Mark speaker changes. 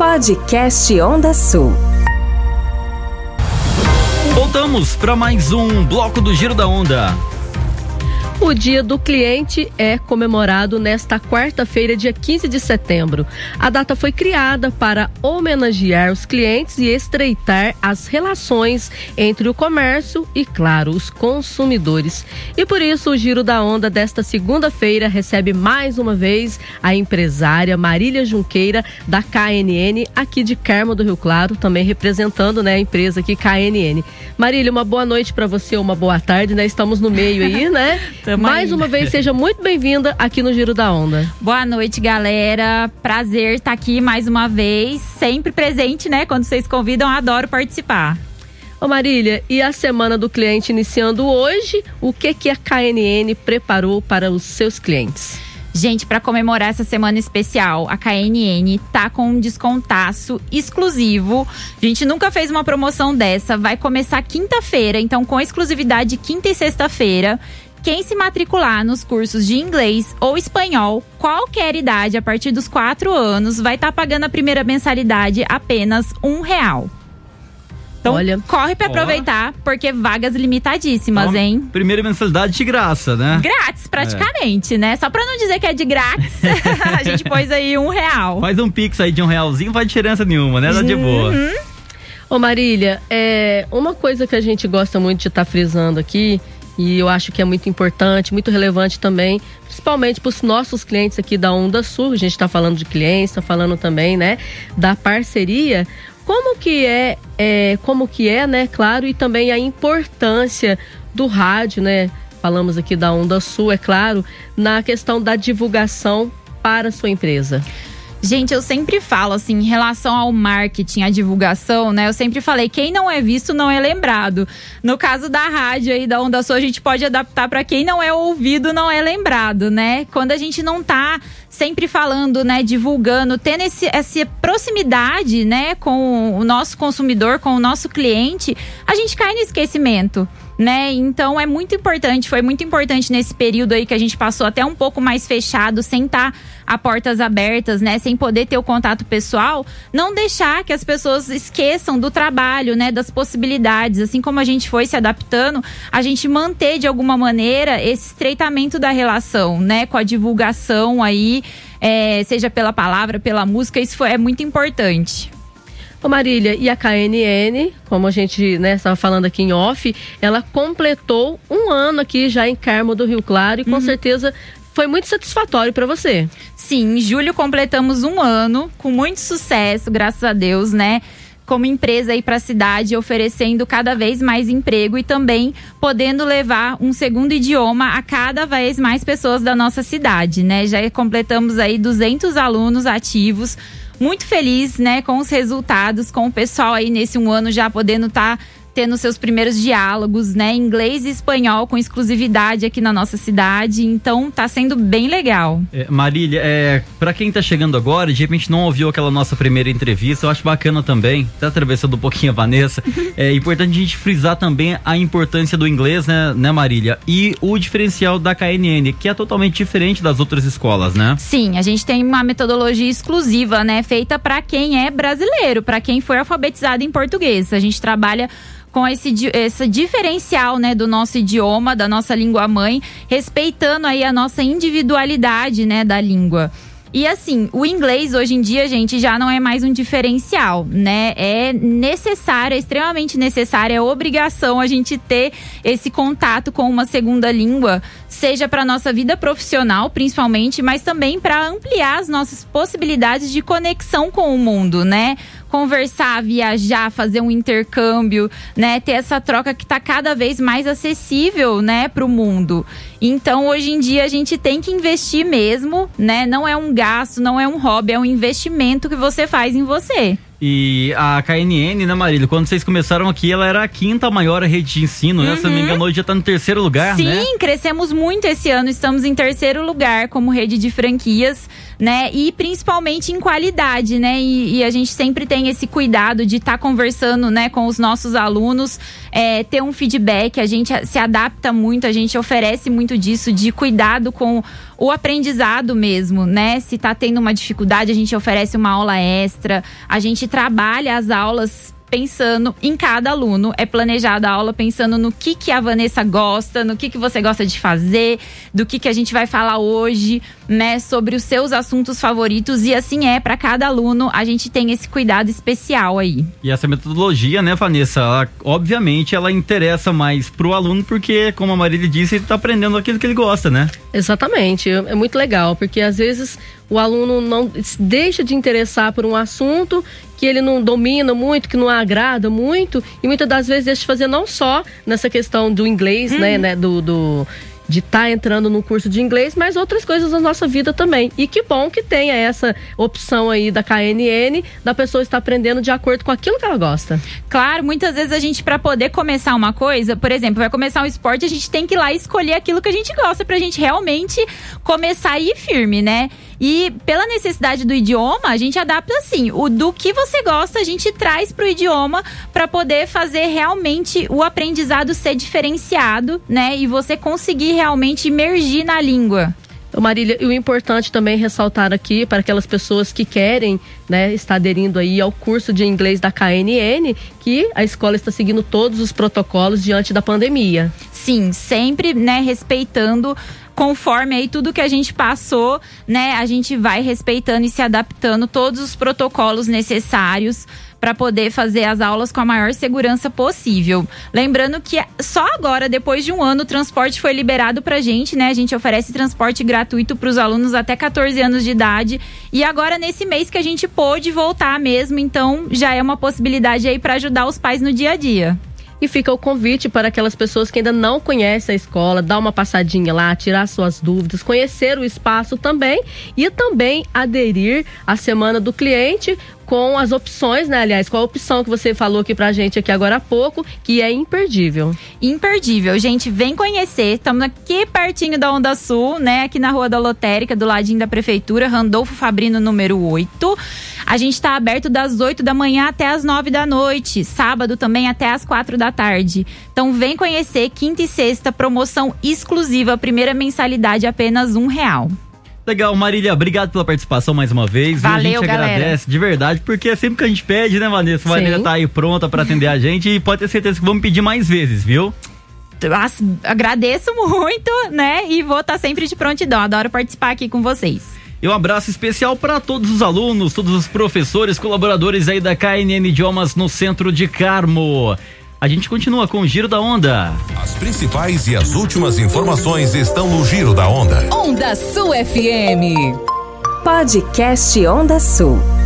Speaker 1: Podcast Onda Sul.
Speaker 2: Voltamos para mais um bloco do Giro da Onda.
Speaker 3: O Dia do Cliente é comemorado nesta quarta-feira, dia 15 de setembro. A data foi criada para homenagear os clientes e estreitar as relações entre o comércio e, claro, os consumidores. E por isso o Giro da Onda desta segunda-feira recebe mais uma vez a empresária Marília Junqueira, da KNN, aqui de Carmo do Rio Claro, também representando, né, a empresa aqui, KNN. Marília, uma boa noite para você, uma boa tarde, né? Estamos no meio aí, né? Mais uma vez, seja muito bem-vinda aqui no Giro da Onda.
Speaker 4: Boa noite, galera. Prazer estar aqui mais uma vez. Sempre presente, né? Quando vocês convidam, adoro participar.
Speaker 3: Ô Marília, e a Semana do Cliente iniciando hoje, o que a KNN preparou para os seus clientes?
Speaker 4: Gente, para comemorar essa semana especial, a KNN tá com um descontaço exclusivo. A gente nunca fez uma promoção dessa. Vai começar quinta-feira, então com exclusividade quinta e sexta-feira. Quem se matricular nos cursos de inglês ou espanhol, qualquer idade, a partir dos 4 anos, vai estar pagando a primeira mensalidade apenas R$1. Então, corre para aproveitar, porque vagas limitadíssimas, então, hein?
Speaker 2: Primeira mensalidade de graça, né?
Speaker 4: Grátis, praticamente, né? Só pra não dizer que é de grátis, a gente pôs aí R$1.
Speaker 2: Faz um pix aí de R$1, não faz diferença nenhuma, né? Dá de boa.
Speaker 3: Ô Marília, uma coisa que a gente gosta muito de estar frisando aqui, e eu acho que é muito importante, muito relevante também, principalmente para os nossos clientes aqui da Onda Sul. A gente está falando de clientes, está falando também, né, da parceria. Como que é, né, claro, e também a importância do rádio, né? Falamos aqui da Onda Sul, é claro, na questão da divulgação para a sua empresa.
Speaker 4: Gente, eu sempre falo assim, em relação ao marketing, à divulgação, né? Eu sempre falei, quem não é visto não é lembrado. No caso da rádio aí, da Onda Sul, a gente pode adaptar para quem não é ouvido, não é lembrado, né? Quando a gente não tá sempre falando, né, divulgando, tendo essa proximidade, né, com o nosso consumidor, com o nosso cliente, a gente cai no esquecimento, né? Então é muito importante, foi muito importante nesse período aí que a gente passou até um pouco mais fechado, sem estar a portas abertas, né? Sem poder ter o contato pessoal, não deixar que as pessoas esqueçam do trabalho, né? Das possibilidades, assim como a gente foi se adaptando, a gente manter de alguma maneira esse estreitamento da relação, né? Com a divulgação aí, seja pela palavra, pela música, isso é muito importante.
Speaker 3: Ô Marília, e a KNN, como a gente, né, estava falando aqui em off, ela completou 1 ano aqui já em Carmo do Rio Claro e com certeza foi muito satisfatório para você.
Speaker 4: Sim, em julho completamos 1 ano com muito sucesso, graças a Deus, né? Como empresa aí para a cidade, oferecendo cada vez mais emprego e também podendo levar um segundo idioma a cada vez mais pessoas da nossa cidade, né? Já completamos aí 200 alunos ativos. Muito feliz, né, com os resultados, com o pessoal aí nesse 1 ano já podendo estar tendo seus primeiros diálogos, né, inglês e espanhol com exclusividade aqui na nossa cidade, então tá sendo bem legal.
Speaker 2: Marília, pra quem tá chegando agora, de repente não ouviu aquela nossa primeira entrevista, eu acho bacana também, tá atravessando um pouquinho a Vanessa, é importante a gente frisar também a importância do inglês, né Marília, e o diferencial da KNN, que é totalmente diferente das outras escolas, né?
Speaker 4: Sim, a gente tem uma metodologia exclusiva, né, feita para quem é brasileiro, para quem foi alfabetizado em português. A gente trabalha com esse diferencial, né, do nosso idioma, da nossa língua mãe, respeitando aí a nossa individualidade, né, da língua. E assim, o inglês hoje em dia, gente, já não é mais um diferencial, né? É necessário, é extremamente necessário, é obrigação a gente ter esse contato com uma segunda língua, seja para nossa vida profissional, principalmente, mas também para ampliar as nossas possibilidades de conexão com o mundo, né? Conversar, viajar, fazer um intercâmbio, né? Ter essa troca que está cada vez mais acessível, né, para o mundo. Então, hoje em dia, a gente tem que investir mesmo, né? Não é um gasto, não é um hobby, é um investimento que você faz em você.
Speaker 2: E a KNN, né, Marília, quando vocês começaram aqui, ela era a 5ª maior rede de ensino, né? Se não me engano, hoje já tá no 3º lugar, né?
Speaker 4: Sim, crescemos muito esse ano, estamos em 3º lugar como rede de franquias, né? E principalmente em qualidade, né? E a gente sempre tem esse cuidado de estar conversando, né, com os nossos alunos, ter um feedback, a gente se adapta muito, a gente oferece muito disso, de cuidado com o aprendizado mesmo, né? Se tá tendo uma dificuldade, a gente oferece uma aula extra, a gente trabalha as aulas pensando em cada aluno, é planejada a aula pensando no que a Vanessa gosta, no que você gosta de fazer, do que a gente vai falar hoje, né, sobre os seus assuntos favoritos, e assim para cada aluno, a gente tem esse cuidado especial aí.
Speaker 2: E essa metodologia, né, Vanessa, obviamente ela interessa mais pro aluno, porque, como a Marília disse, ele tá aprendendo aquilo que ele gosta, né?
Speaker 3: Exatamente, é muito legal, porque às vezes o aluno não deixa de interessar por um assunto que ele não domina muito, que não agrada muito, e muitas das vezes deixa de fazer não só nessa questão do inglês, né, de estar entrando num curso de inglês, mas outras coisas da nossa vida também. E que bom que tenha essa opção aí da KNN, da pessoa estar aprendendo de acordo com aquilo que ela gosta.
Speaker 4: Claro, muitas vezes a gente, para poder começar uma coisa, por exemplo, vai começar um esporte, a gente tem que ir lá escolher aquilo que a gente gosta, pra gente realmente começar a ir firme, né? E pela necessidade do idioma, a gente adapta assim, do que você gosta, a gente traz pro idioma para poder fazer realmente o aprendizado ser diferenciado, né? E você conseguir realmente imergir na língua.
Speaker 3: Marília, e o importante também ressaltar aqui para aquelas pessoas que querem, né, estar aderindo aí ao curso de inglês da KNN, que a escola está seguindo todos os protocolos diante da pandemia.
Speaker 4: Sim, sempre, né, respeitando conforme aí tudo que a gente passou, né, a gente vai respeitando e se adaptando todos os protocolos necessários para poder fazer as aulas com a maior segurança possível. Lembrando que só agora, depois de um ano, o transporte foi liberado pra gente, né? A gente oferece transporte gratuito para os alunos até 14 anos de idade. E agora, nesse mês que a gente pôde voltar mesmo, então já é uma possibilidade aí para ajudar os pais no dia a dia.
Speaker 3: E fica o convite para aquelas pessoas que ainda não conhecem a escola, dar uma passadinha lá, tirar suas dúvidas, conhecer o espaço também e também aderir à Semana do Cliente com as opções, né? Aliás, qual a opção que você falou aqui pra gente aqui agora há pouco, que é imperdível.
Speaker 4: Imperdível, gente, vem conhecer. Estamos aqui pertinho da Onda Sul, né? Aqui na Rua da Lotérica, do ladinho da Prefeitura, Randolfo Fabrino, número 8. A gente está aberto das 8 da manhã até as 9 da noite. Sábado também até as 4 da tarde. Então vem conhecer, quinta e sexta, promoção exclusiva, primeira mensalidade apenas R$1.
Speaker 2: Legal, Marília, obrigado pela participação mais uma vez.
Speaker 4: Valeu,
Speaker 2: a gente agradece de verdade, porque é sempre que a gente pede, né, Vanessa? A Marília tá aí pronta pra atender a gente e pode ter certeza que vamos pedir mais vezes, viu?
Speaker 4: Agradeço muito, né? E vou estar sempre de prontidão. Adoro participar aqui com vocês.
Speaker 2: E um abraço especial para todos os alunos, todos os professores, colaboradores aí da KNN Idiomas no Centro de Carmo. A gente continua com o Giro da Onda.
Speaker 5: As principais e as últimas informações estão no Giro da Onda.
Speaker 1: Onda Sul FM. Podcast Onda Sul.